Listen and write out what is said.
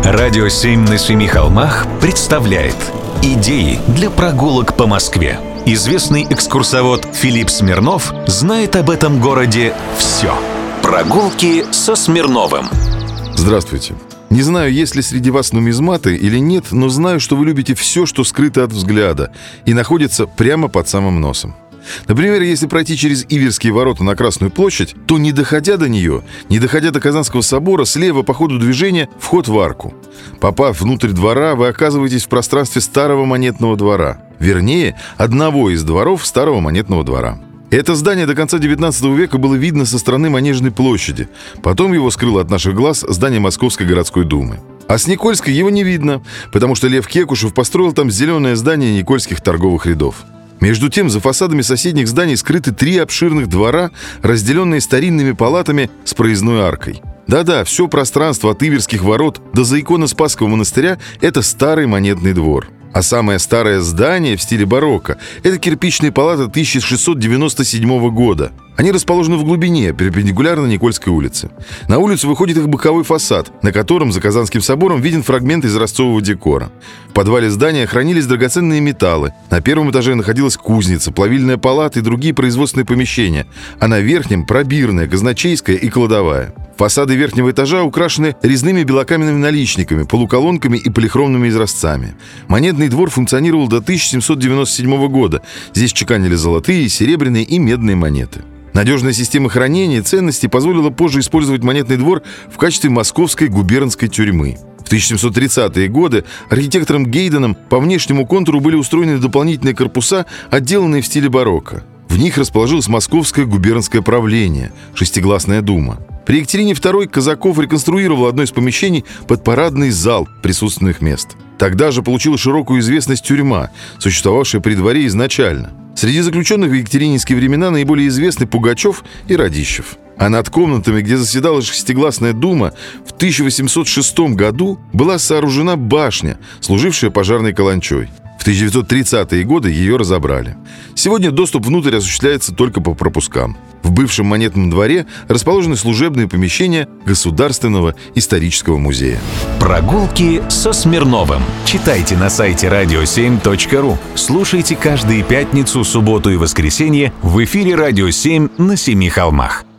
Радио 7 на семи холмах представляет идеи для прогулок по Москве. Известный экскурсовод Филипп Смирнов знает об этом городе все. Прогулки со Смирновым. Здравствуйте. Не знаю, есть ли среди вас нумизматы или нет, но знаю, что вы любите все, что скрыто от взгляда и находится прямо под самым носом. Например, если пройти через Иверские ворота на Красную площадь, то, не доходя до нее, не доходя до Казанского собора, слева по ходу движения вход в арку. Попав внутрь двора, вы оказываетесь в пространстве старого монетного двора. Вернее, одного из дворов старого монетного двора. Это здание до конца XIX века было видно со стороны Манежной площади. Потом его скрыло от наших глаз здание Московской городской думы. А с Никольской его не видно, потому что Лев Кекушев построил там зеленое здание Никольских торговых рядов. Между тем, за фасадами соседних зданий скрыты 3 обширных двора, разделенные старинными палатами с проездной аркой. Да-да, все пространство от Иверских ворот до Заиконо-Спасского монастыря – это старый монетный двор. А самое старое здание в стиле барокко – это кирпичные палаты 1697 года. Они расположены в глубине, перпендикулярно Никольской улице. На улицу выходит их боковой фасад, на котором за Казанским собором виден фрагмент изразцового декора. В подвале здания хранились драгоценные металлы. На первом этаже находилась кузница, плавильная палата и другие производственные помещения, а на верхнем – пробирная, казначейская и кладовая. Фасады верхнего этажа украшены резными белокаменными наличниками, полуколонками и полихромными изразцами. Монетный двор функционировал до 1797 года. Здесь чеканили золотые, серебряные и медные монеты. Надежная система хранения ценностей позволила позже использовать монетный двор в качестве московской губернской тюрьмы. В 1730-е годы архитектором Гейденом по внешнему контуру были устроены дополнительные корпуса, отделанные в стиле барокко. В них расположилось Московское губернское правление, шестигласная дума. При Екатерине II Казаков реконструировал одно из помещений под парадный зал присутственных мест. Тогда же получила широкую известность тюрьма, существовавшая при дворе изначально. Среди заключенных в екатерининские времена наиболее известны Пугачев и Радищев. А над комнатами, где заседала шестигласная дума, в 1806 году была сооружена башня, служившая пожарной каланчой. В 1930-е годы ее разобрали. Сегодня доступ внутрь осуществляется только по пропускам. В бывшем монетном дворе расположены служебные помещения Государственного исторического музея. Прогулки со Смирновым. Читайте на сайте radio7.ru. Слушайте каждые пятницу, субботу и воскресенье в эфире «Радио 7» на Семи холмах.